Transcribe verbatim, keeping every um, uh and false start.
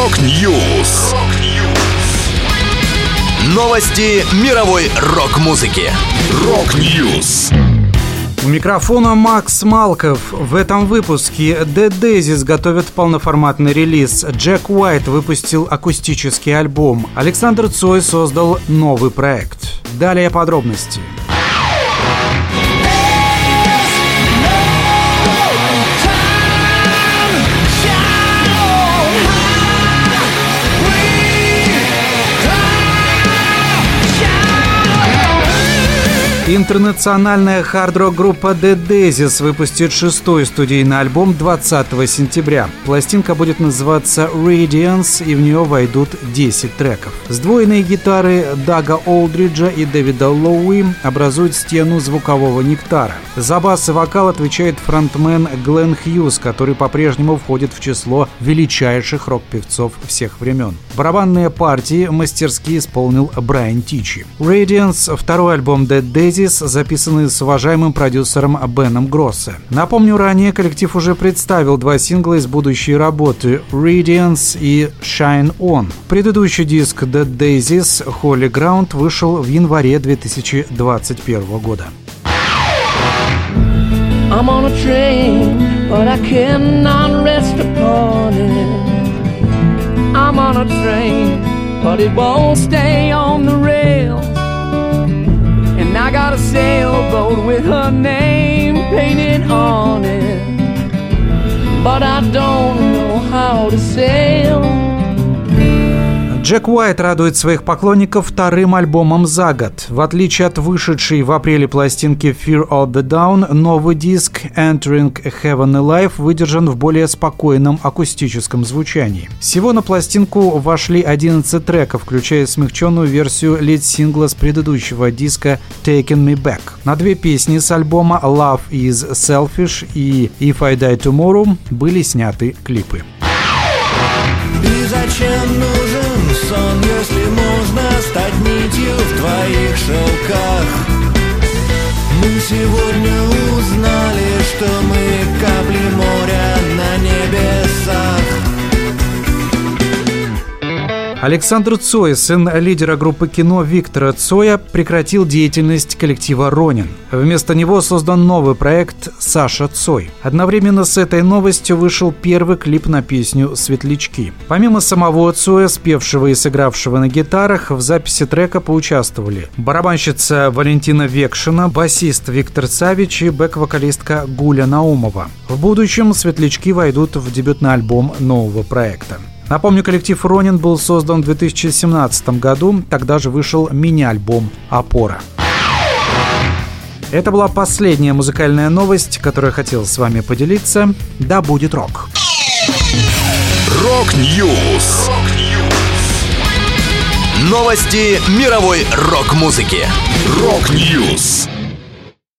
Рок-Ньюс. Новости мировой рок-музыки. Рок-Ньюс. У микрофона Макс Малков. В этом выпуске Dead Daisies готовят полноформатный релиз. Джек Уайт выпустил акустический альбом. Александр Цой создал новый проект. Далее подробности. Интернациональная хард-рок-группа Dead Daisies выпустит шестой студийный альбом двадцатого сентября. Пластинка будет называться Radiance, и в нее войдут десять треков. Сдвоенные гитары Дага Олдриджа и Дэвида Лоуи образуют стену звукового нектара. За бас и вокал отвечает фронтмен Глен Хьюз, который по-прежнему входит в число величайших рок-певцов всех времен. Барабанные партии мастерски исполнил Брайан Тичи. Radiance — второй альбом Dead Daisies, записанный с уважаемым продюсером Беном Гроссе. Напомню, ранее коллектив уже представил два сингла из будущей работы Radiance и Shine On. Предыдущий диск Dead Daisies Holy Ground вышел в январе две тысячи двадцать первого года. I'm on a train, but I cannot rest upon it. I'm on a train, but it won't stay on the rails. And I got a sailboat with her name painted on it, but I don't know how to sail. Джек Уайт радует своих поклонников вторым альбомом за год. В отличие от вышедшей в апреле пластинки Fear of the Down, новый диск Entering Heaven Alive выдержан в более спокойном акустическом звучании. Всего на пластинку вошли одиннадцать треков, включая смягченную версию лид-сингла с предыдущего диска Taking Me Back. На две песни с альбома Love is Selfish и If I Die Tomorrow были сняты клипы. И зачем нужен сон, если можно стать нитью в твоих шелках? Мы сегодня узнали, что мы капли моря на небесах. Александр Цой, сын лидера группы кино Виктора Цоя, прекратил деятельность коллектива Ронин. Вместо него создан новый проект «Саша Цой». Одновременно с этой новостью вышел первый клип на песню «Светлячки». Помимо самого Цоя, спевшего и сыгравшего на гитарах, в записи трека поучаствовали барабанщица Валентина Векшина, басист Виктор Савич и бэк-вокалистка Гуля Наумова. В будущем «Светлячки» войдут в дебютный альбом нового проекта. Напомню, коллектив Ронин был создан в две тысячи семнадцатом году, тогда же вышел мини-альбом «Опора». Это была последняя музыкальная новость, которую я хотел с вами поделиться. Да будет рок! Рок-Ньюс. Новости мировой рок-музыки. Рок-Ньюс.